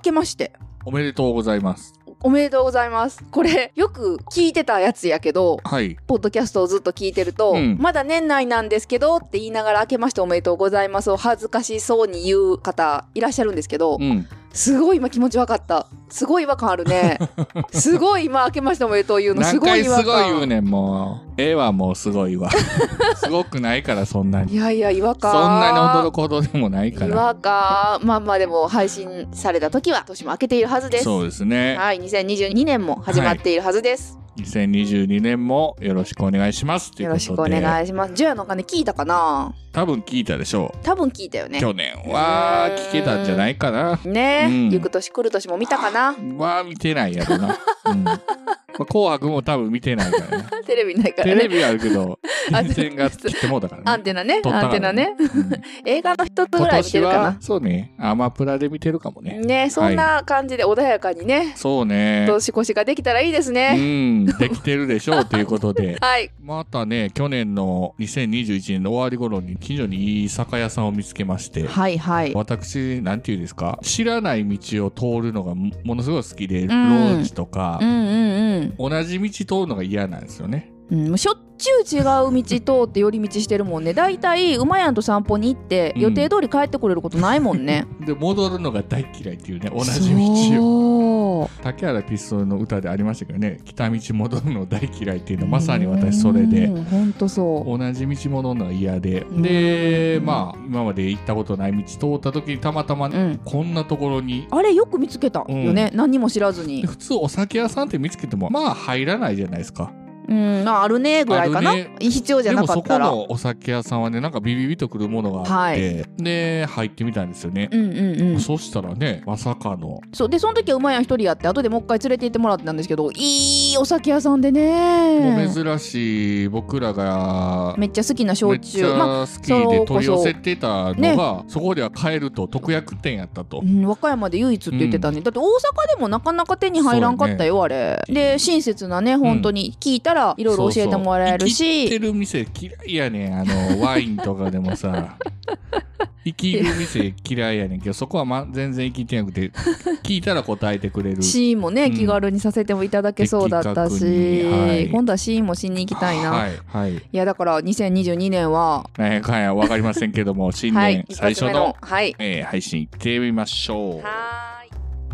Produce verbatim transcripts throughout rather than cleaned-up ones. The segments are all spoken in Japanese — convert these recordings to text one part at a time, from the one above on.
けまして。 おめでとうございます。 おめでとうございます。これよく聞いてたやつやけど、 はい、 ポッドキャストをずっと聞いてると、うん、まだ年内なんですけどって言いながら明けましておめでとうございますを恥ずかしそうに言う方いらっしゃるんですけど、うん、すごい今気持ち分かった。すごい違和感あるね。すごい今明けましておめでとう言うのすごい違和感。 何回すごい言うねんもう。ええわもうすごいわ。すごくないからそんなに。 いやいや違和感。 そんなに驚くほどでもないから。 違和感。まあまあでも配信された時は年も明けているはずです。 そうですね。 はい、にせんにじゅうにねんも始まっているはずです。はい、 にせんにじゅうにねんもよろしくお願いしますということで。 よろしくお願いします。ジュヤの鐘聞いたかな？ 多分聞いたでしょう。 多分聞いたよね。 去年は聞けたんじゃないかな。 ねえ、 うん、 行く年来る年も見たかな。 は見てないやろな。うん、まあ、紅白も多分見てないからね。 テレビないからね。 テレビあるけど電線が切ってもうだからね。 アンテナね。 ねアンテナね。うん、映画の一つぐらい見てるかな。 今年はそうね。アマプラで見てるかもね。 ね、そんな感じで穏やかにね。はい、 そうね。 年越しができたらいいですね。 うん、できてるでしょうということで。 はい。 またね、去年のにせんにじゅういちねんの終わり頃に近所にいい酒屋さんを見つけまして。 はいはい。 私、なんていうんですか、知らない道を通るのがものすごい好きで、うん、ローチとか、うんうんうん、同じ道通るのが嫌なんですよね。 うん、しょっちゅう違う道通って寄り道してるもんね。だいたい馬やんと散歩に行って予定通り帰ってこれることないもんね。 うん、で戻るのが大嫌いっていうね、同じ道を。竹原ピストルの歌でありましたけどね、来た道戻るの大嫌いっていうのはまさに私それで、 ほんとそう。 同じ道戻るのが嫌で、でまあ今まで行ったことない道通った時にたまたま、うん、こんなところにあれよく見つけたよね、うん、何も知らずに。 普通お酒屋さんって見つけてもまあ入らないじゃないですか。 うん、あるねぐらいかな、ね、必要じゃなかったら。 でもそこのお酒屋さんはね、なんかビビビとくるものがあって、はい、で入ってみたんですよね。うんうんうん、そしたらね、まさかのそうで、その時は馬やん一人やって後でもう一回連れて行ってもらったんですけど、いいお酒屋さんでね、 もう珍しい僕らがめっちゃ好きな焼酎、 めっちゃ好きで取り寄せてたのが、ね、そこでは買えると特約店やったと、 うん、和歌山で唯一って言ってたね、うん、だって大阪でもなかなか手に入らんかったよ、ね、あれで親切なね、本当に聞いたらいろいろ教えてもらえるし、 そうそう生きてる店嫌いやねん、あのワインとかでもさ生きる店嫌いやねんけど、そこは、ま、全然生きてなくて聞いたら答えてくれるシーンもね、うん、気軽にさせてもいただけそうだったし、はい、今度はシーンもしに行きたいな、はいはい、いやだからにせんにじゅうにねんは何やかんや分かりませんけども新年最初の、はい、えー、配信行ってみましょう。 は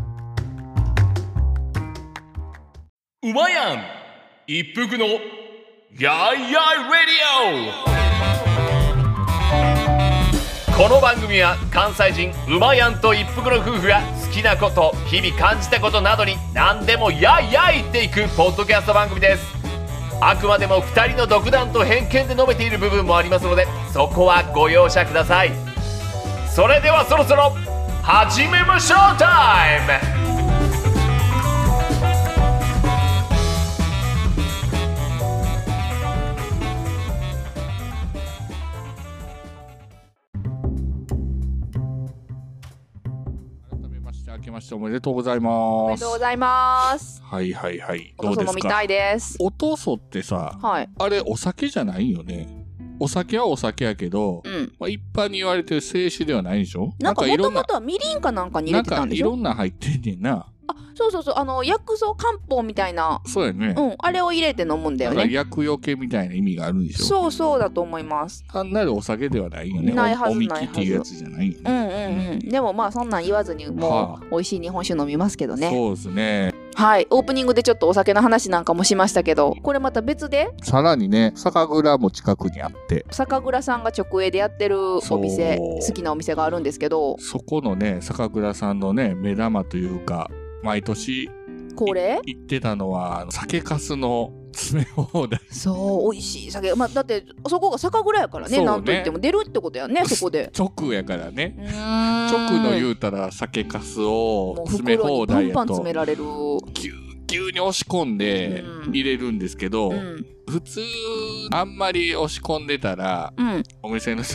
ーい、うまやん一服のやいやいレディオ。この番組は関西人うまやんと一服の夫婦が好きなこと、日々感じたことなどに何でもやいやい言っていくポッドキャスト番組です。あくまでもふたりの独断と偏見で述べている部分もありますので、そこはご容赦ください。それではそろそろ始めましょうタイム。 明けましておめでとうございます。 おめでとうございます。 はいはいはい。 どうですか。おとそ飲みたいです。 おとそってさ、はい、あれお酒じゃないよね。お酒はお酒やけど、うん、まあ、一般に言われてる清酒ではないでしょ。 なんかもともとはみりんかなんかに入れてたんでしょ。 なんかいろんな入ってんねんな。 あ、そうそうそう、あの薬草漢方みたいな、 そうやね、 うん、あれを入れて飲むんだよね。 だから薬よけみたいな意味があるんでしょ。 そうそうだと思います。 単なるお酒ではないよね。 ないはずおみきっていうやつじゃないよね。 うんうんうん。でもまあそんなん言わずにもう、はあ、美味しい日本酒飲みますけどね。 そうですね。 はい、オープニングでちょっとお酒の話なんかもしましたけど、これまた別でさらにね、酒蔵も近くにあって、 酒蔵さんが直営でやってるお店、好きなお店があるんですけど、 そこのね酒蔵さんのね目玉というか、毎年恒例行ってたのは酒粕の詰め放題。 そう美味しい酒、まあ、だってそこが酒蔵やからね、なんといっても出るってことやね。そこで直やからね。直の言うたら酒粕を詰め放題やとパンパン詰められる、 ぎゅうぎゅうに押し込んで入れるんですけど、うん、普通あんまり押し込んでたら、うん、お店の人とか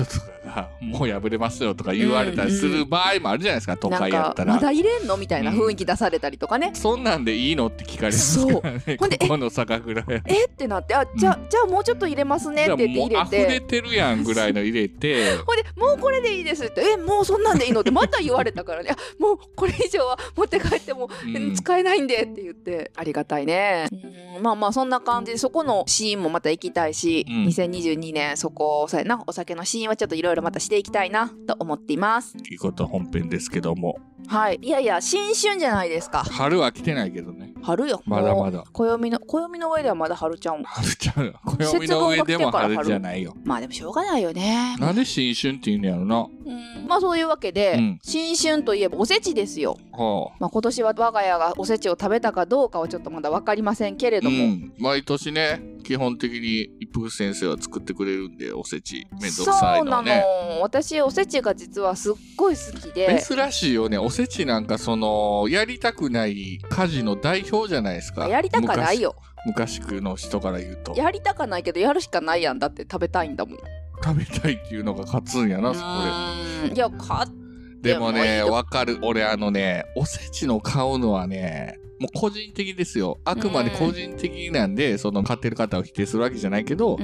がもう破れますよとか言われたりする場合もあるじゃないですか、都会やったら。 まだ入れんのみたいな雰囲気出されたりとかね、 うん、そんなんでいいのって聞かれますからね。 ほんでここの酒蔵やえってなって、あじゃあ、うん、じゃあもうちょっと入れますねって言って入れて、 もう溢れてるやんぐらいの入れてほんでもうこれでいいですって、えもうそんなんでいいのってまた言われたからねもうこれ以上は持って帰っても、うん、使えないんでって言って、ありがたいね。うん、まあまあそんな感じで、そこのシーンもまた行きたいし、うん、にせんにじゅうにねんそこそうやな、お酒のシーンはちょっといろいろまたしていきたいなと思っています。 ということ本編ですけども、 はい、いやいや新春じゃないですか。 春は来てないけどね。 春よ、 まだまだ暦の暦の上ではまだ春ちゃうん春ちゃう暦の上でも春じゃないよ。 まあでもしょうがないよね。 なんで新春って言うんやろな。 うん、まあそういうわけで、うん、新春といえばおせちですよ。はあ、まあ今年は我が家がおせちを食べたかどうかはちょっとまだ分かりませんけれども、うん、 毎年ね基本的に一服先生は作ってくれるんで、おせちめんどくさいのね。 そうなの、私おせちが実はすっごい好きで。 珍しいよね、おせちなんかそのやりたくない家事の代表じゃないですか。 やりたかないよ、 昔の人から言うと。 やりたかないけどやるしかないやん、だって食べたいんだもん。 食べたいっていうのが勝つんやな、そこで。いや勝ってでもね、わかる。俺あのね、おせちの買うのはね、もう個人的ですよ。あくまで個人的なんで、うん、その買ってる方を否定するわけじゃないけど、うん、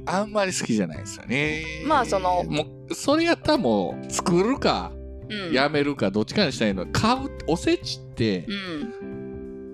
あんまり好きじゃないですよね。 まあそのもうそれやったらもう作るか、うん、やめるかどっちかにしたいの。買うおせちって、うん、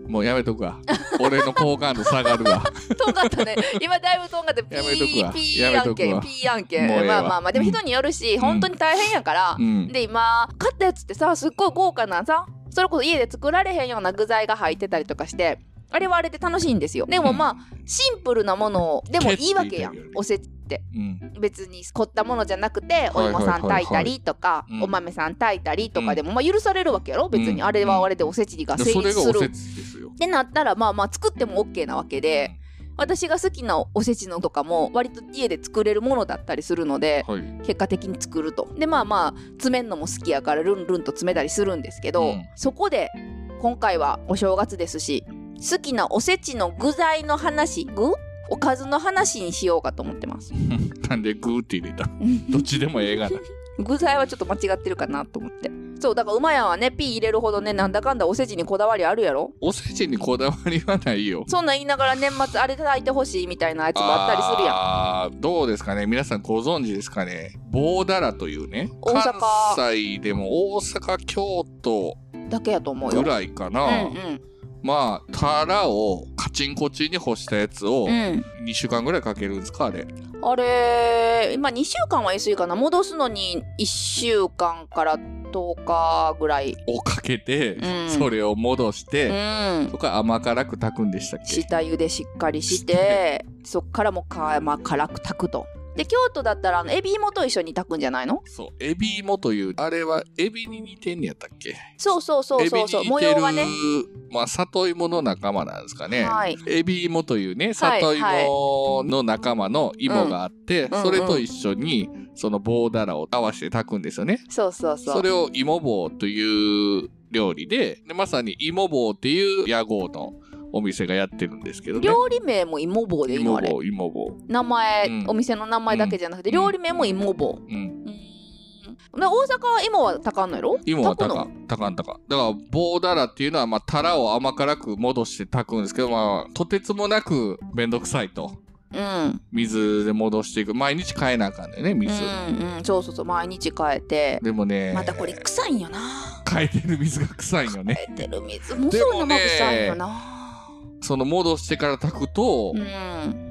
もうやめとくわ。俺の好感度下がるわ。 とんがったね。今だいぶとんがってピーピー案件ピー案件。まあまあまあでも人によるし、うん、本当に大変やから、うん、で今買ったやつってさすっごい豪華なさ、それこそ家で作られへんような具材が入ってたりとかして、あれはあれで楽しいんですよ。でもまあ、うん、シンプルなものでもいいわけやん、おせちって、うん、別に凝ったものじゃなくてお芋さん炊いたりとか、お豆さん炊いたりとかでも、まあ許されるわけやろ、別にあれはあれでおせちが成立するってなったら、まあまあ作っても OK なわけで、私が好きなおせちのとかも割と家で作れるものだったりするので、はい、結果的に作ると。でまあまあ詰めんのも好きやからルンルンと詰めたりするんですけど、うん、そこで今回はお正月ですし、好きなおせちの具材の話、具おかずの話にしようかと思ってます。 なんで具って入れたどっちでもええがな。 具材はちょっと間違ってるかなと思って。そうだから馬やんはね、ピー入れるほどね、なんだかんだおせちにこだわりあるやろ。 おせちにこだわりはないよ。 そんなん言いながら年末あれ炊いてほしいみたいなやつもあったりするやん。 あー、どうですかね、皆さんご存知ですかね、棒だらというね、 大阪関西でも大阪京都だけやと思うよぐらいかな。うんうん、まあタラをカチンコチンに干したやつをにしゅうかんぐらいかけるんですか、あれ。 あれ今にしゅうかんは言い過ぎかな。戻すのにいっしゅうかんからとおかぐらいをかけて、うん、それを戻して、うん、そこから甘辛く炊くんでしたっけ。 下茹でしっかりしてそっからもか甘辛く炊くと。で京都だったらあのエビ芋と一緒に炊くんじゃないの。 そう、エビ芋というあれはエビに似てんねやったっけ。 そうそうそうそうそう、模様がね、 まあ里芋の仲間なんですかね、はい、エビ芋というね里芋の仲間の芋があって、はいはい、それと一緒にその棒だらを合わせて炊くんですよね。 そうそうそう、 それを芋棒という料理 で, でまさに芋棒っていう屋号のお店がやってるんですけどね。 料理名も芋棒でいいのあれ。 芋棒、芋棒。 名前、うん、お店の名前だけじゃなくて、うん、料理名も芋棒。うん。うん、大阪は芋は炊かんのやろ。 芋は炊かん、炊かん炊かん。だから棒だらっていうのはまあタラを甘辛く戻して炊くんですけど、まあとてつもなくめんどくさいと。うん、水で戻していく。毎日変えなあかんだよね、水。 うんうん、そうそうそう、毎日変えて。 でもね、 またこれ臭いんよな。 変えてる水が臭いよね。 変えてる水もそういうのも臭いよな。 その戻してから炊くと、うん、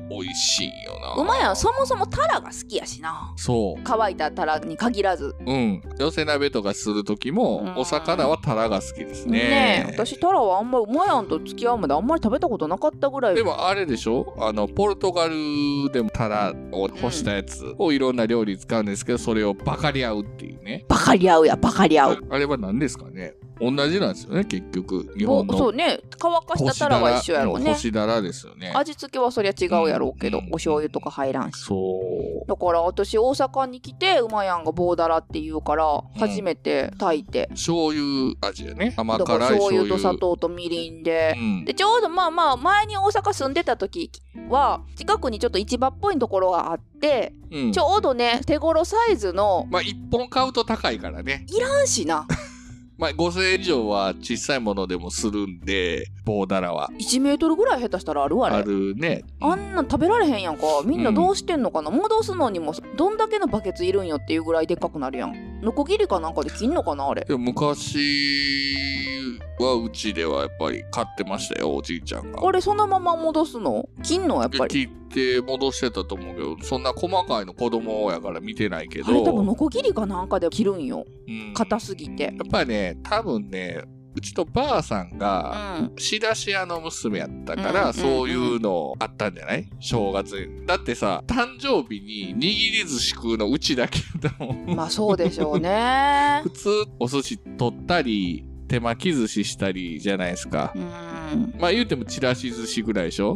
美味しいよな。 うまいやん。そもそもタラが好きやしな。 そう。 乾いたタラに限らず。 うん。寄せ鍋とかする時も、うん、お魚はタラが好きですね。 ねえ、私タラはあんまりうまいやんと付き合うまであんまり食べたことなかったぐらい。 でもあれでしょ、あのポルトガルでもタラを干したやつをいろんな料理使うんですけど、それをバカリ合うっていうね。 バカリ合うや、バカリ合う。 あれは何ですかね。 同じなんですよね結局日本の。 そうね、乾かしたタラは一緒やろうね。 干しタラですよね。 味付けはそりゃ違うやろうけど、うん、お醤油とか入らんし。 そうだから私大阪に来てうまやんが棒だらって言うから初めて炊いて、 うん、醤油味やね。甘辛い醤油。 醤油と砂糖とみりんで、うん、でちょうどまあまあ前に大阪住んでた時は近くにちょっと市場っぽいところがあって、うん、ちょうどね手頃サイズの、 まあいっぽん買うと高いからね。 いらんしな。 まあごせんえん以上は小さいものでもするんで、棒だらはいちメートルぐらい下手したらあるわね。 あるね。 あんなん食べられへんやんか。みんなどうしてんのかな、うん、戻すのにもどんだけのバケツいるんよっていうぐらいでっかくなるやん。ノコギリかなんかで切んのかなあれ。 いや昔はうちではやっぱり買ってましたよ、おじいちゃんが。 あれそのまま戻すの？切んのやっぱり。 切って戻してたと思うけど、そんな細かいの子供やから見てないけど。 あれ多分ノコギリかなんかで切るんよ。硬、うん、すぎて。 やっぱりね、多分ね、うちとばあさんが仕出し屋の娘やったから、うん、そういうのあったんじゃない？正月に。だってさ、誕生日に握り寿司食うのうちだけだもん。 まあそうでしょうね。 普通お寿司取ったり手巻き寿司したりじゃないですか。うん、まあ言うてもちらし寿司ぐらいでしょ。うん、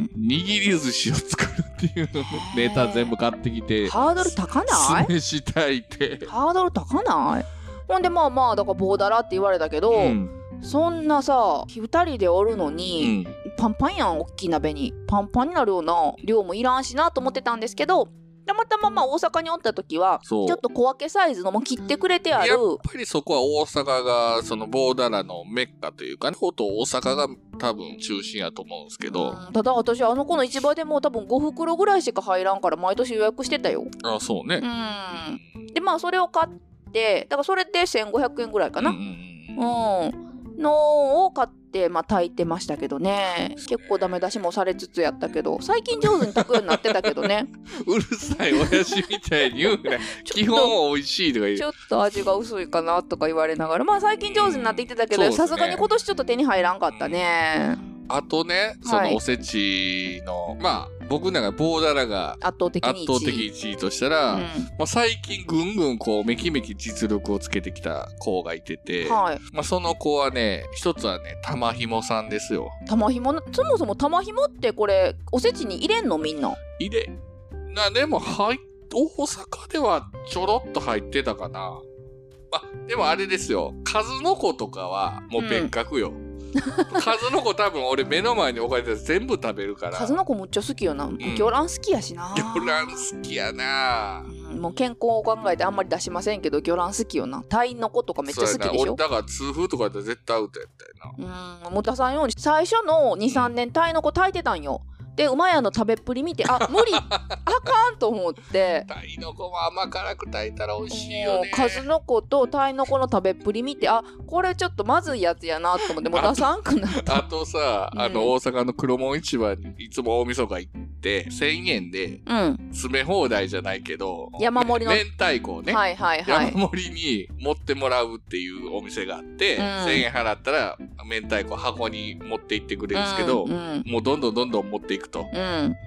握り寿司を作るっていうのネタ全部買ってきて、 ハードル高ない？ 酢飯炊いて。 ハードル高ない？ほんでまあまあだから棒だらって言われたけど、うん、そんなさふたりでおるのに、うん、パンパンやん。大きい鍋にパンパンになるような量もいらんしなと思ってたんですけど、たまたままあ大阪におった時はちょっと小分けサイズのも切ってくれてある。 やっぱりそこは大阪がその棒だらのメッカというかね、ほと大阪が多分中心やと思うんですけど、 うん、ただ私あの子の市場でも多分ごふくろぐらいしか入らんから毎年予約してたよ。 あ、そうね。 うん。でまあそれを買ってだからそれでせんごひゃくえんぐらいかな、うん、うん、のを買ってまあ炊いてましたけどね。結構ダメ出しもされつつやったけど最近上手に炊くようになってたけどね。 うるさい親父みたいに言うね。基本は美味しいとか言う。 ちょっと味が薄いかなとか言われながらまあ最近上手になっていってたけどさすがに今年ちょっと手に入らんかったね。 あとね、そのおせちの、はい、まあ僕なんか棒だらが圧倒的にいちい、 圧倒的いちいとしたら、うん、まあ、最近ぐんぐんこうめきめき実力をつけてきた子がいてて、はい、まあ、その子はね、一つはね、玉ひもさんですよ。 玉ひも、そもそも玉ひもってこれおせちに入れんのみんな？ 入れな、でも入大阪ではちょろっと入ってたかな。あ、でもあれですよ、数の子とかはもう別格よ。うん数の子多分俺目の前に置かれてる全部食べるから。 数の子むっちゃ好きよな、うん、魚卵好きやしな。 魚卵好きやな、 うん、もう健康を考えてあんまり出しませんけど魚卵好きよな。タイの子とかめっちゃ好きでしょ。 俺だから痛風とかやったら絶対アウトやったよな。 うん、もたさんように最初の にさんねんタイの子炊いてたんよ。で馬屋の食べっぷり見てあ無理あかんと思ってタイの子も甘辛く炊いたら美味しいよね。 数の子とタイの子の食べっぷり見てあこれちょっとまずいやつやなと思ってもう出さんくなった。 あとさ、うん、あの大阪の黒門市場にいつも大晦日行ってせんえんで詰め放題じゃないけど、 うん、山盛りの明太子をね、はいはいはい、山盛りに持ってもらうっていうお店があって、うん、せんえん払ったら明太子箱に持って行ってくれるんですけど、うんうん、もうどんどんどんどん持っていくと、うん、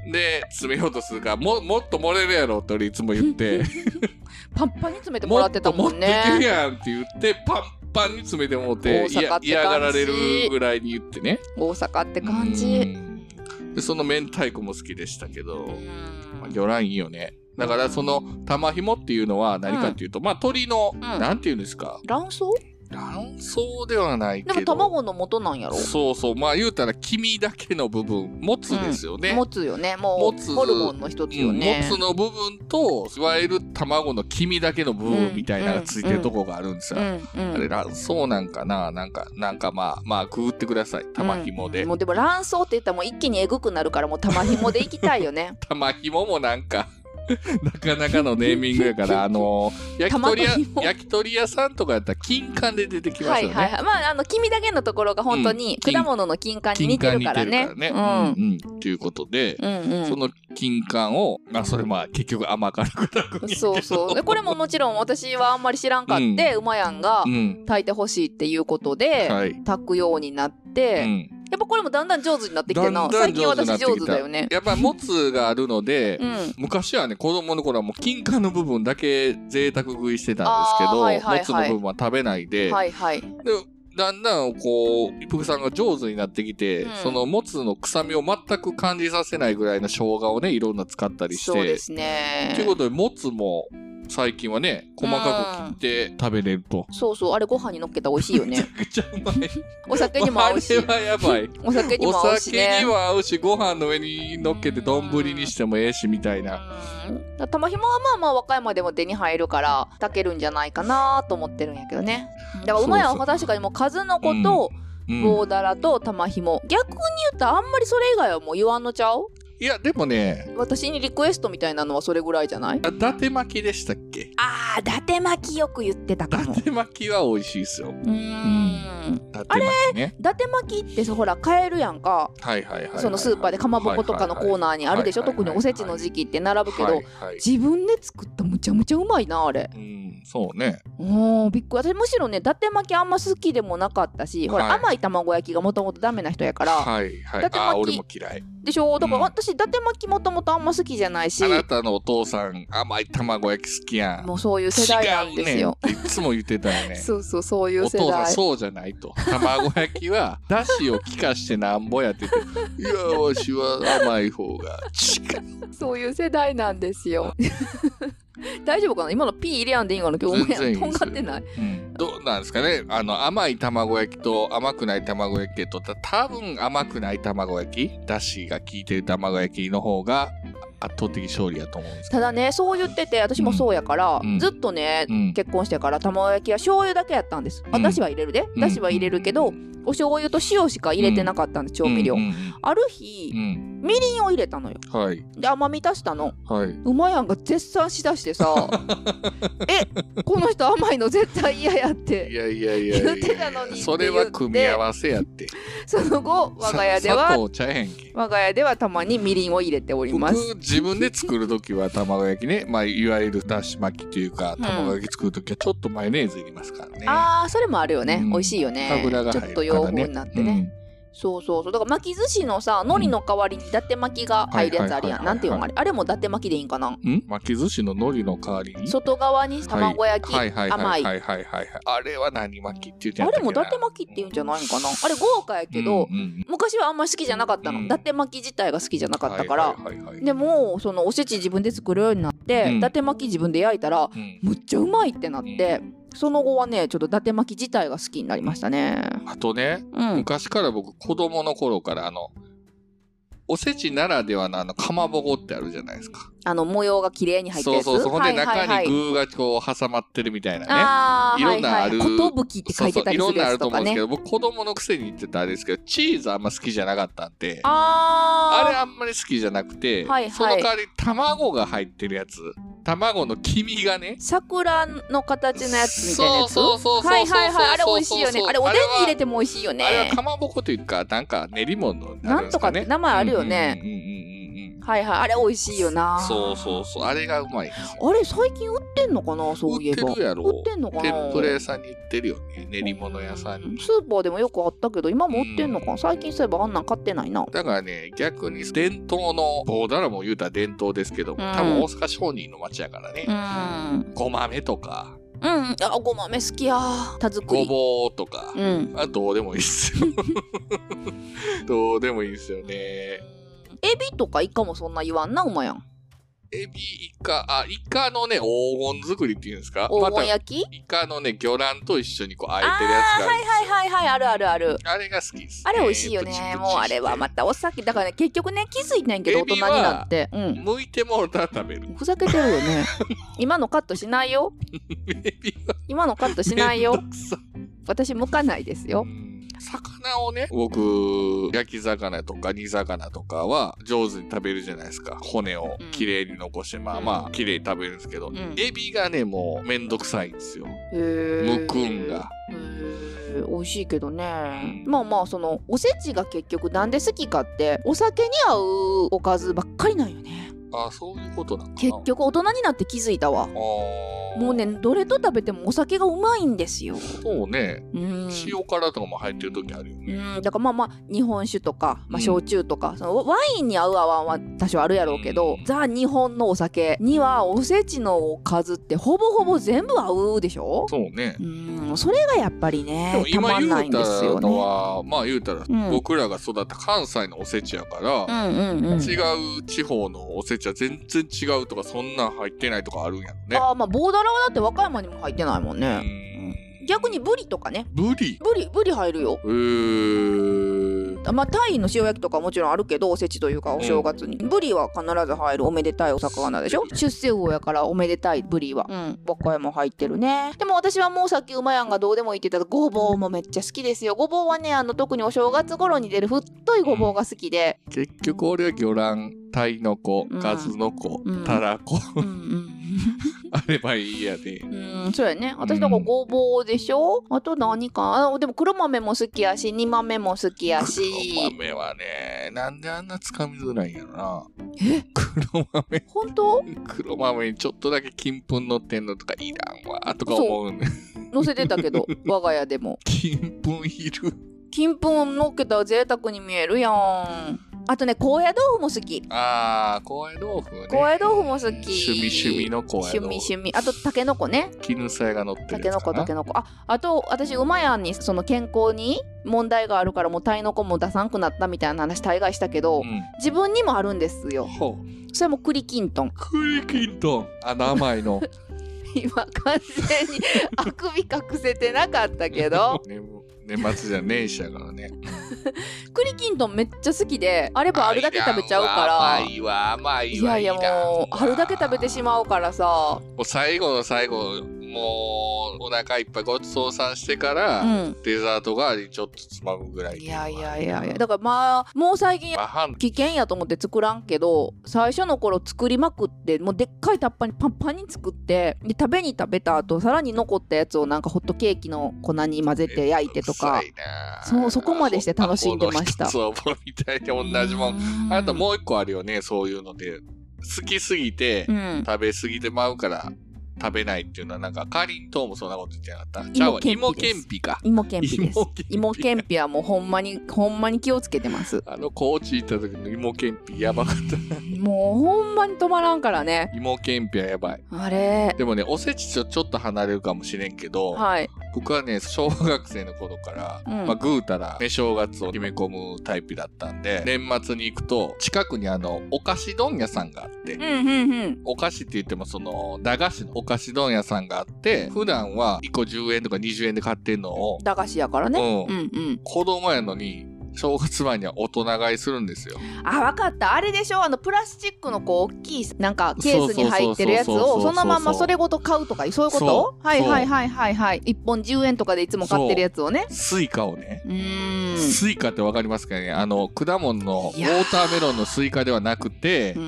で詰めようとするからももっと盛れるやろって俺いつも言ってパンパンに詰めてもらってたもんね。 もっと持ってけやんって言ってパンパンに詰めてもらって嫌がられるぐらいに言ってね。 大阪って感じ。 でその明太子も好きでしたけど、まあ、魚卵いいよね。だからその玉ひもっていうのは何かっていうと、うん、まあ鶏の、うん、なんていうんですか、 卵巣卵巣ではないけどでも卵の元なんやろ。 そうそう、まあ言うたら黄身だけの部分もつですよね、うん、 もつよね。もうホルモンの一つよね、 うん、もつの部分といわゆる卵の黄身だけの部分みたいなのがついてるとこがあるんですよ、うんうんうん、あれ卵巣なんかな、なんかなんかまあまあくぐってください玉ひもで、 うん、もうでも卵巣って言ったらもう一気にえぐくなるからもう玉ひもでいきたいよね玉ひももなんかなかなかのネーミングやから、あのー、焼き鳥屋、焼き鳥屋さんとかやったら金柑で出てきますよね。はいはいはい。 まあ、あの、黄身だけのところが本当に果物の金柑に似てるからね。 金柑似てるからね。うん。うん。ということで、うんうん、その金柑を、まあ、それまあ、結局甘辛く炊くんやけど。 そうそう。で、これももちろん私はあんまり知らんかって、うん、馬やんが炊いてほしいっていうことで、うん、炊くようになって、うん、 やっぱこれもだんだん上手になってきてな。最近私上手だよね。 やっぱりもつがあるので、うん、昔はね子供の頃はもう金貨の部分だけ贅沢食いしてたんですけど、はいはいはい、もつの部分は食べないで、はいはい、でだんだんこう一服さんが上手になってきて、うん、そのもつの臭みを全く感じさせないぐらいの生姜をねいろんな使ったりして、そうですね。ということでもつも最近はね細かく切って食べれると、 うん、そうそう、あれご飯にのっけたら美味しいよね。めちゃくちゃうまい。お酒にも合うし。 あれはやばい。 お酒にも合うし、ね、 お酒にも合うし、ご飯の上にのっけて丼にしてもええしみたいな。 うん、玉ひもはまあまあ和歌山でも手に入るから炊けるんじゃないかなと思ってるんやけどね。だから馬やは確かにもう数の子と棒だらと玉ひも、逆に言ったらあんまりそれ以外はもう言わんのちゃう？ いやでもね、 私にリクエストみたいなのはそれぐらいじゃない？ 伊達巻きでしたっけ？ あー、伊達巻きよく言ってたかも。 伊達巻きは美味しいですよ。うーん、 うん、あれ、伊達巻きってほら買えるやんか。はいはいはい。そのスーパーでかまぼことかのコーナーにあるでしょ。特におせちの時期って並ぶけど、はいはい、自分で作ったむちゃむちゃうまいなあれ。うん、 そうね。 おー、びっくり。私むしろね伊達巻きあんま好きでもなかったし、ほら、はい、甘い卵焼きがもともとダメな人やから。はいはい。伊達巻き、あ、俺も嫌い。でしょ。だから私、うん、伊達巻きもともとあんま好きじゃないし。 あなたのお父さん甘い卵焼き好きやん。 もうそういう世代なんですよ。 いつも言ってたよね。 そうそう、そういう世代。 お父さんそうじゃないと。卵焼きはだしを効かしてなんぼやってて、いやわしは甘い方が近い。 そういう世代なんですよ。大丈夫かな、今のピー入れやんでいいんかな、今日お前とんがってない、 うん、どうなんですかね。あの甘い卵焼きと甘くない卵焼きと多分甘くない卵焼き、だしが効いてる卵焼きの方が圧倒的勝利やと思うんです。 ただね、そう言ってて私もそうやから、うん、ずっとね、うん、結婚してから卵焼きは醤油だけやったんです。あ、だしは入れるで、だしは入れるけど、お醤油と塩しか入れてなかったんです、調味料、うんうんうん、ある日、うん、みりんを入れたのよ、はい、で甘み足したの、はい、うまやんが絶賛しだしてさえ、この人甘いの絶対嫌やっていやいやいやいや言ってたのに、 それは組み合わせやって。 その後我が家では我が家ではたまにみりんを入れております。 僕自分で作るときは卵焼きね、まあいわゆるだし巻きというか卵焼き作るときはちょっとマヨネーズ入れますからね、うん、ああ、それもあるよね、うん、美味しいよね、油が入るからね、ちょっと洋風になってね、うん、そうそうそう。だから巻き寿司のさ、海苔の代わりに伊達巻きが入るやつあるやん、なんていうのあれ、あれも伊達巻きでいいんかな。ん巻き寿司の海苔の代わりに外側に卵焼き、甘い、はいはいはいはいはい、あれは何巻きって言ってんやったっけな。あれも伊達巻きって言うんじゃないんかな。あれ豪華やけど、うんうん、昔はあんまり好きじゃなかったの、うん、伊達巻き自体が好きじゃなかったから、はいはいはいはい、でもそのおせち自分で作るようになって、うん、伊達巻き自分で焼いたら、うん、むっちゃうまいってなって、うん、その後はねちょっと伊達巻き自体が好きになりましたね。 あとね、うん、昔から僕子供の頃からあのおせちならではのあのかまぼこってあるじゃないですか。 あの模様が綺麗に入ってるやつ。 そうそう、そこで中に具がこう挟まってるみたいなね、はいはいはい、いろんなある、 はいはい、ことぶきって書いてたりするやつとかね。そうそう、いろんなあると思うんですけど、僕子供のくせに言ってたあれですけど、チーズあんま好きじゃなかったんで、あー、あれあんまり好きじゃなくて、はいはい、その代わり卵が入ってるやつ、卵の黄身がね、 桜の形のやつみたいなやつ。 そうそうそうそう、 はいはいはい、あれ美味しいよね。あれおでんに入れても美味しいよね。 あれはかまぼこというかなんか練り物になるんですかね。 なんとかって名前あるよね。うんうんうんうん、はいはい、あれ美味しいよな。 そうそうそう、あれがうまい。 あれ最近売ってんのかな、そういえば。 売ってるやろ。 売ってんのかな。 天ぷら屋さんに売ってるよね、練り物屋さんに。 スーパーでもよくあったけど今も売ってんのかな。最近そういえばあんなん買ってないな。 だからね、逆に伝統の棒だらも言うたら伝統ですけども、うん、多分大阪商人の町やからね、うん、ごまめとか、 うん、あ、ごまめ好きや。田作りごぼうとか、うん、あ、どうでもいいっすよどうでもいいっすよね。 エビとかイカもそんな言わんな、うまやん。 エビ、イカ、あ、イカのね、黄金作りっていうんですか、 黄金焼き、 ま、イカのね、魚卵と一緒にこう、あえてるやつがあるんですよ。 はいはいはいはい、あるあるある。 あれが好きです、ね。 あれ美味しいよね。プチプチもうあれはまたお酒、だからね、結局ね、気づいてんけど、大人になって。うん。 剥いてもらったら食べる。 ふざけてるよね。今のカットしないよ。エビは今のカットしないよ。私、剥かないですよ。 魚をね、僕、焼き魚とか煮魚とかは上手に食べるじゃないですか。骨をきれいに残して、うん、まあまあ、きれいに食べるんですけど、うん、エビがね、もうめんどくさいんですよ。剥くんが。 へー、美味しいけどね、うん、まあまあ、そのおせちが結局なんで好きかってお酒に合うおかずばっかりなんよね。 あ、そういうことなのかな。 結局大人になって気づいたわ。もうね、どれと食べてもお酒がうまいんですよ。 そうね、うん、塩辛とかも入ってる時あるよね。 うん、だからまあまあ日本酒とか、まあ、焼酎とか、うん、そのワインに合う合わんは多少あるやろうけど、うん、ザ日本のお酒にはおせちの数ってほぼほぼ全部合うでしょ。 そうね。 うん、それがやっぱりねたまんないんですよね。 今言うたのはまあ言うたら、うん、僕らが育った関西のおせちやから、うんうんうん、違う地方のおせちは全然違うとかそんなん入ってないとかあるんやろね。 ああ、まあ棒だらはだって和歌山にも入ってないもんね。うん、逆にブリとかね。 ブリブリブリ入るよ。へー。まあタイの塩焼きとかもちろんあるけど、おせちというかお正月に、うん、ブリは必ず入るおめでたいお魚でしょ。出世魚やからおめでたいブリは、うん、和歌山入ってるね。でも私はもうさっき馬やんがどうでもいいって言ったごぼうもめっちゃ好きですよ。ごぼうはね、あの特にお正月頃に出る太いごぼうが好きで、 うん、結局俺は魚卵、タイの子、数の子、うん、たらこ、うんうんあればいいやで。 うん、そうやね。私だからごぼうでしょ、うん、あと何か、あ、でも黒豆も好きやし、煮豆も好きやし。 黒豆はね、なんであんなつかみづらいんやろな。 え、 黒豆。 本当？ 黒豆にちょっとだけ金粉乗ってんのとかいらんわとか思うね。 乗せてたけど、我が家でも。 金粉いる。 金粉乗っけたら贅沢に見えるやん。あとね、高野豆腐も好き。 ああ、高野豆腐ね。 高野豆腐も好き。 趣味趣味の高野豆腐。 趣味趣味。あと、タケノコね。 絹さやが乗ってるやつかな。 タケノコ、タケノコ。あ、あと、私、馬やんに、その健康に問題があるから、もうタイノコも出さんくなったみたいな話、大概したけど、うん、自分にもあるんですよ。ほう。それも栗きんとん。 栗きんとん。あの甘いの。 今、完全にあくび隠せてなかったけど。 年末じゃ年始やからね。 栗きんとんめっちゃ好きで、あればあるだけ食べちゃうから。 甘いわ、甘いわ。 いやいやもう、あるだけ食べてしまうからさ。 もう最後の最後、もうお腹いっぱいごちそうさんしてから、うん、デザート代わりにちょっとつまむぐらい。 いやいやいやいや、だからまあ、もう最近危険やと思って作らんけど、最初の頃作りまくって、もうでっかいタッパーにパンパンに作って、で食べに食べた後、さらに残ったやつをなんかホットケーキの粉に混ぜて焼いてとか、そう、そこまでして楽しんでました。 そう、みたいで同じもん。あともう一個あるよね、そういうので。好きすぎて、うん、食べすぎてまうから、食べないっていうのはなんかかりんとうもそんなこと言ってなかった。じゃあ芋けんぴか。 芋けんぴです。芋けんぴはもうほんまにほんまに気をつけてます。 あの高知行った時の芋けんぴやばかった。 もうほんまに止まらんからね。 芋けんぴはやばい。 あれ。 でもね、おせちとちょっと離れるかもしれんけど、はい、僕はね、小学生の頃から、うん、まあぐうたらね正月を決め込むタイプだったんで、年末に行くと近くにあのお菓子問屋さんがあって、うんうんうん、お菓子って言ってもその駄菓子のお菓子問屋さんがあって、普段はいっこじゅうえんとかにじゅうえんで買ってんのを、 駄菓子やからね、 うんうんうん、子供やのに正月前には大人買いするんですよ。 あ、わかった。あれでしょ、あのプラスチックのこう大きいなんかケースに入ってるやつをそのままそれごと買うとか、そういうこと？はいはいはいはいはい。いっぽんじゅうえんとかでいつも買ってるやつをね。 スイカをね。うーん。スイカってわかりますかね？あの果物のウォーターメロンのスイカではなくて、うん。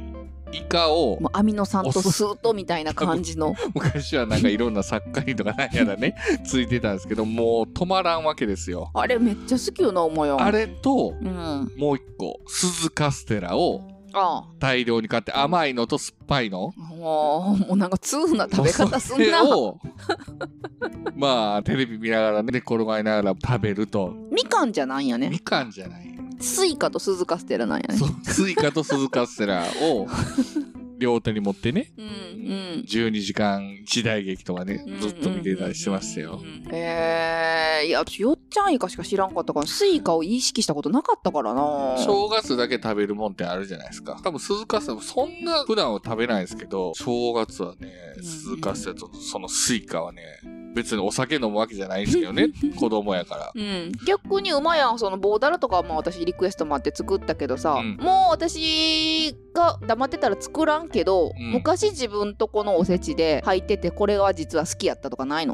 イカをもうアミノ酸とスーッとみたいな感じの昔はなんかいろんな作家にとかなんやらねついてたんですけど、もう止まらんわけですよ。 あれめっちゃ好きよな、思うよ。 あれと、うん、もう一個鈴カステラを大量に買って、甘いのと酸っぱいの、 もうなんか通な食べ方すんな。をまあテレビ見ながらね、寝転がりながら食べると。 みかんじゃないんやね。 みかんじゃない。 スイカと鈴カステラなんやね。 そう、スイカと鈴カステラを両手に持ってね、うんうん、じゅうにじかん時代劇とかね、ずっと見てたりしてましたよ。 えー、いや、私よっちゃんイカしか知らんかったから、スイカを意識したことなかったからな。 正月だけ食べるもんってあるじゃないですか。多分鈴カステラもそんな普段は食べないですけど、正月はね、鈴カステラとそのスイカはね、別にお酒飲むわけじゃないんですけどね子供やから、うん、 逆に馬やん、そのボーダルとかはまあ私リクエストもあって作ったけどさ、うん、もう私が黙ってたら作らんけど、うん、昔自分とこのおせちで入っててこれは実は好きやったとかないの？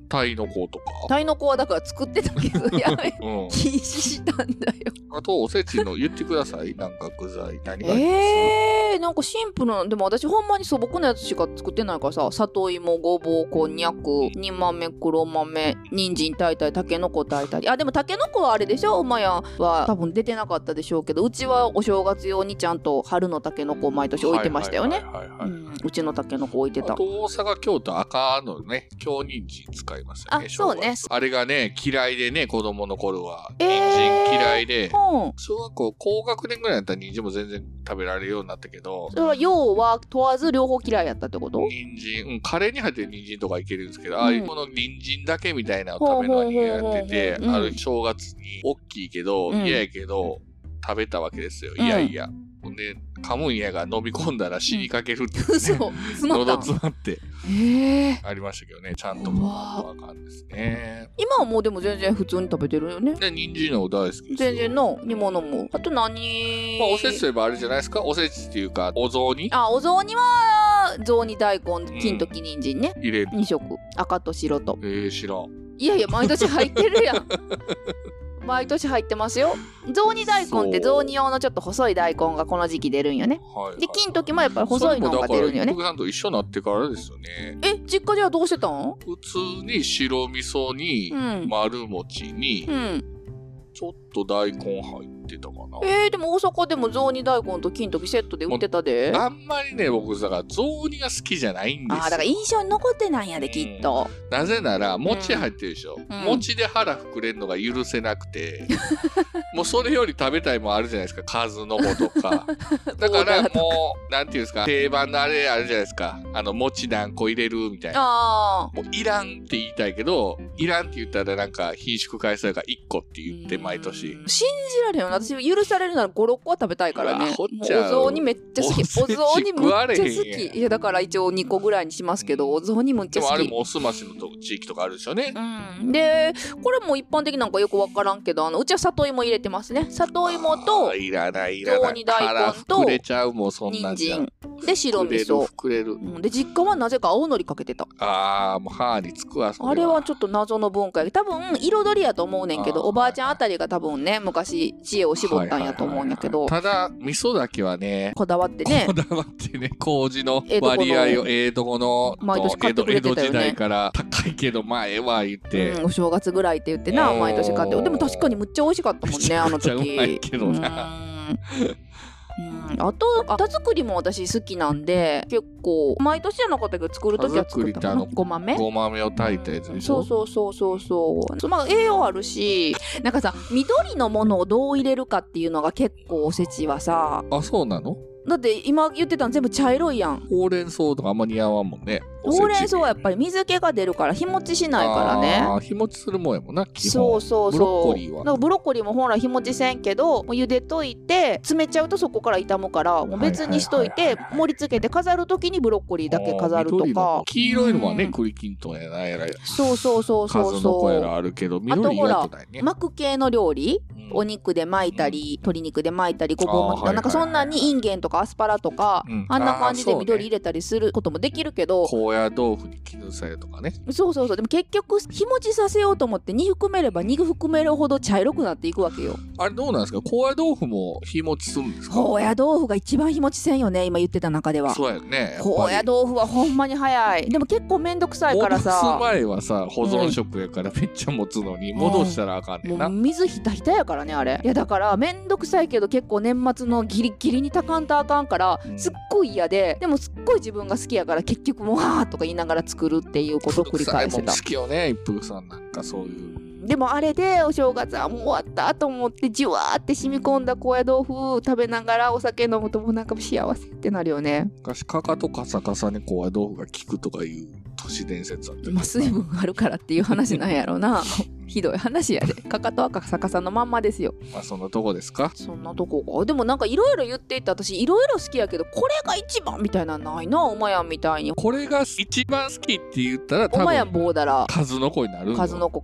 タイの子とか。 タイの子はだから作ってたけど、やめ、うん、禁止したんだよ。 あと、おせちの言ってください。なんか具材、何がいいですか？ えー、なんかシンプルな、でも私ほんまに素朴なやつしか作ってないからさ、里芋、ごぼう、こんにゃく、煮豆、黒豆、人参炊いたり、たけのこ炊いたり。あ、でもたけのこはあれでしょ？馬屋は多分出てなかったでしょうけど、うちはお正月用にちゃんと春のたけのこを毎年置いてましたよね。うちのたけのこ置いてた。 あと大阪、京都、赤のね、京人参使いますよね。 あ、そうね。 あれがね、嫌いでね、子供の頃は。人参嫌いで、えーうん、小学校高学年ぐらいだったら人参も全然食べられるようになったけど。 それは要は問わず両方嫌いやったってこと？ 人参、うん、カレーに入ってる人参とかいけるんですけど、うん、ああいうこの人参だけみたいなのを食べるのにやってて、ある正月に大きいけど、嫌、うん、やけど、食べたわけですよ。いやいや。ほんで、噛むんやが飲み込んだら死にかけるっていう、ね。嘘、うん、喉詰まって。えー、ありましたけどね、ちゃんともあかんですね。 今はもうでも全然普通に食べてるよね。 で、人参の大好きです。 全然の煮物も。あと何？ まあ、おせちといえばあれじゃないですか。おせちっていうか、お雑煮。 あ、お雑煮は、雑煮大根、金時人参ね。 うん、入れる。 に色。赤と白と。 えー、知らん。 いやいや、毎年入ってるやん。毎年入ってますよ。雑煮大根って雑煮用のちょっと細い大根がこの時期出るんよね。はいはいはい、で、金時もやっぱり細いのが出るんよね。 僕さんと一緒になってからですよね。 え、実家ではどうしてたん？ 普通に白味噌に、丸餅に、うん、ちょっと大根入ってたかな。 えー、でも大阪でも雑煮大根と金時セットで売ってたで。 あんまりね、僕だから雑煮が好きじゃないんですよ。 あ、だから印象に残ってないんやで、きっと。 うん、なぜなら餅入ってるでしょ、うん、餅で腹膨れるのが許せなくて、もうそれより食べたいもんあるじゃないですか、数の子とか。だからもうなんていうんですか、定番のあれあるじゃないですか、あの餅何個入れるみたいな。あ、もういらんって言いたいけど、いらんって言ったらなんか品種改正がいっこって言って毎年。 信じられんよ。私許されるならご、ろっこは食べたいからね。もうお雑煮めっちゃ好き。お雑煮めっちゃ好き。いやだから一応にこぐらいにしますけど、お雑煮めっちゃ好き。 でもあれもおすましの地域とかあるでしょうね。 うん。で、これも一般的なんかよくわからんけど、あのうちは里芋入れてますね。里芋といらないいらない。 雑煮大根と膨れちゃうもんそんなんじゃ。 人参で白味噌。 膨れる膨れる。 うん、で実家はなぜか青のりかけてた。 ああ、もう歯につくわそれは。 あれはちょっと謎の文化や。多分彩りやと思うねんけど、おばあちゃんあたりが多分ね昔知恵を絞ったんやと思うんやけど。 ただ味噌だけはねこだわってね。 こだわってね、麹の割合をええとこの毎年買ってくれてたよね。 江戸時代から高いけどまあええわ言って、 うん、お正月ぐらいって言ってな毎年買って。でも確かにむっちゃ美味しかったもんねあの時。 めっちゃうまいけどな。 うん、あと田作りも私好きなんで結構毎年じゃなかったけど作るときは作ったかな。ご豆ご豆を炊いたやつでしょ。 そうそうそうそうそう。まあ栄養あるし、なんかさ緑のものをどう入れるかっていうのが結構おせちはさ。 あ、そうなの？ だって今言ってたの全部茶色いやん。 ほうれん草とかあんま似合わんもんね。 ほうれん草はやっぱり水気が出るから日持ちしないからね。 ああ、日持ちするもんやもんな。基本そうそうそう。 ブロッコリーは。 だからブロッコリーも本来日持ちせんけど、もう茹でといて詰めちゃうとそこから傷むから、もう別にしといて盛り付けて飾るときにブロッコリーだけ飾るとか。 黄色いのはね、栗きんとんやなやら。 そうそうそうそうそう。 数の子やらあるけど、緑意外とないね。 巻く系の料理、うん、お肉で巻いたり、うん、鶏肉で巻いたり、ごぼう巻きとか、なんかそんなにインゲンとかアスパラとか、うん、あんな感じで緑入れたりすることもできるけど、 高野豆腐に絹さやとかね。 そうそうそう。でも結局日持ちさせようと思って煮含めれば煮含めるほど茶色くなっていくわけよ。 あれどうなんですか？高野豆腐も日持ちするんですか？ 高野豆腐が一番日持ちせんよね、今言ってた中では。 そうやね。 高野豆腐はほんまに早い。でも結構めんどくさいからさ。 戻す前はさ保存食やからめっちゃ持つのに、うん、戻したらあかんねんな。 もう水ひたひたやからねあれ。いやだからめんどくさいけど結構年末のギリギリに炊かんとあかんから、うん、すっごい嫌で、でもすっごい自分が好きやから結局もうはーとか言いながら作るっていうことを繰り返してた。 好きよね一服さんなんかそういう。 でもあれでお正月はもう終わったと思ってじわーって染み込んだ高野豆腐食べながらお酒飲むともうなんか幸せってなるよね。 昔かかとカサカサに高野豆腐が効くとかいう都市伝説あって、 まあ、水分あるからっていう話なんやろうな。ひどい話やで。かかとはカサカサのまんまですよ。 まあそんなとこですか？ そんなとこか。でもなんかいろいろ言っていて私いろいろ好きやけどこれが一番みたいなのないな。おまやんみたいにこれが一番好きって言ったら多分おまやん棒だら数の子になるんだ。 数の子か。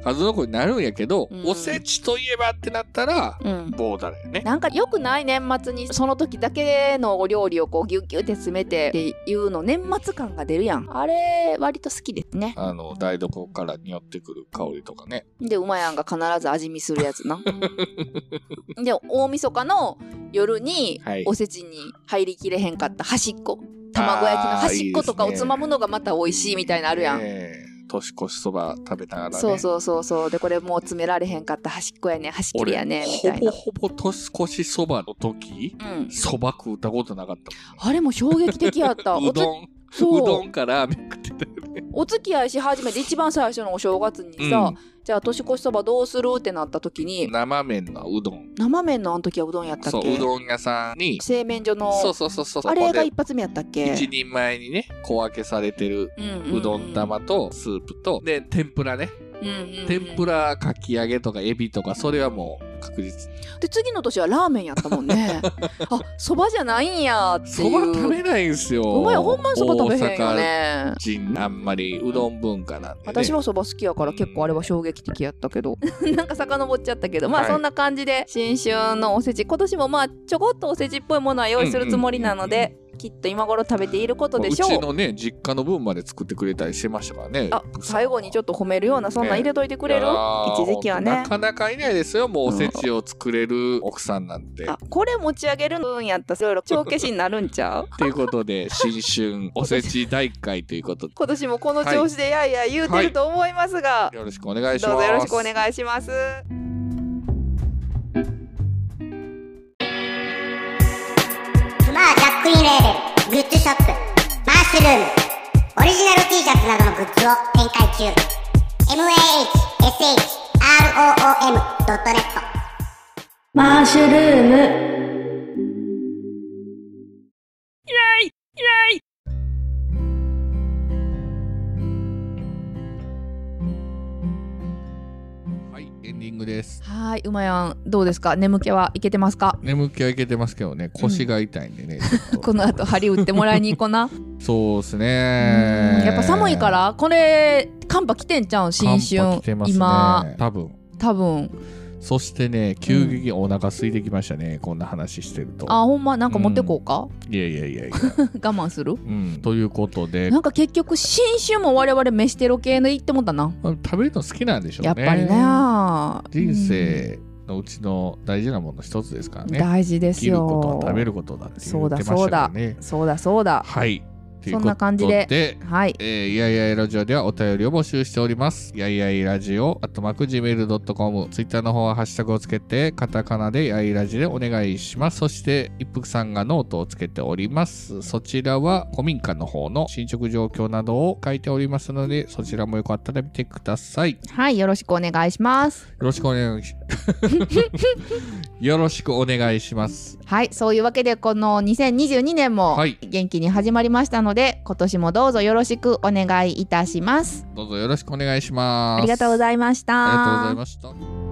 数の子になるんやけど、うん、おせちといえばってなったら、うん、棒だらよね。 なんかよくない年末にその時だけのお料理をこうギュッギュッって詰めてっていうの年末感が出るやん。あれ割と好きですね。 あの台所から匂ってくる香りとかね。 でうまやんが必ず味見するやつな。で大晦日の夜におせちに入りきれへんかった端っこ、卵焼きの端っことかをつまむのがまた美味しいみたいなのあるやん。えー年越しそば食べながらね。 そうそうそうそう。でこれもう詰められへんかった端っこやね端切りやねみたいな。 ほぼほぼ年越しそばの時そば、うん、食うたことなかったもん。あれも衝撃的やった。 うどんうどんからめくってたよね。 お付き合いし始めて一番最初のお正月にさ、うん、じゃあ年越しそばどうするってなった時に生麺のうどん生麺のあの時はうどんやったっけ。 そううどん屋さんに製麺所のそうそうそうそうあれが一発目やったっけ。 一人前にね小分けされてるうどん玉とスープとで天ぷらね、うんうんうん、天ぷらかき揚げとかエビとかそれはもう確実で次の年はラーメンやったもんね。あそばじゃないんやっていう。 そば食べないんすよ。 お前ほんまにそば食べへんよね。 大阪人あんまりうどん文化なんで、ね、 私はそば好きやから結構あれは衝撃的やったけどなんか遡っちゃったけどまあ、はい、そんな感じで新春のおせち今年もまあちょこっとおせちっぽいものは用意するつもりなので、うんうんうんうんきっと今頃食べていることでしょう。 うちのね実家の分まで作ってくれたりしてましたからね。 あ最後にちょっと褒めるようなそんなん入れといてくれる、ね、一時期はねなかなかいないですよもうおせちを作れる奥さんなんて、うん、 あこれ持ち上げるんやったらいろいろ帳消しになるんちゃうということで新春おせち大会ということで今年もこの調子でやいや言うてると思いますが、はい、よろしくお願いします。 どうぞよろしくお願いします。 クマージャックインレーベルグッズショップマッシュルームオリジナル T シャツなどのグッズを展開中 マッシュルーム ドットネットマッシュルームイエイイエイエンディングです。 はい、うまやんどうですか。眠気はいけてますか。 眠気はいけてますけどね腰が痛いんでね、 うん、この後針打ってもらいに行こうな。 そうですねやっぱ寒いからこれ寒波来てんちゃうん新春寒波来てますね今多分多分そしてね急激にお腹空いてきましたね、うん、こんな話してると。 あほんまなんか持ってこうか、 うん、いやいやいやいや我慢する、うん、ということでなんか結局新春も我々飯テロ系の言ってもったな。 食べるの好きなんでしょうねやっぱりね。 人生のうちの大事なもの一つですからね。 大事ですよ。 生きることは食べることだって言ってましたからね。 そうだそうだそうだはいそんな感じで、はい、 えー、やいやいラジオではお便りを募集しております。やいやいラジオアットマーク ジーメールドットコム ツイッターの方はハッシュタグをつけてカタカナでやいラジでお願いします。そして一服さんがノートをつけております。そちらは古民家の方の進捗状況などを書いておりますのでそちらもよかったら見てください。 はいよろしくお願いします。 よろしくお願いしよろしくお願いします。 はいそういうわけでこのにせんにじゅうにねんも元気に始まりましたので、はい、今年もどうぞよろしくお願いいたします。 どうぞよろしくお願いします。 ありがとうございました。 ありがとうございました。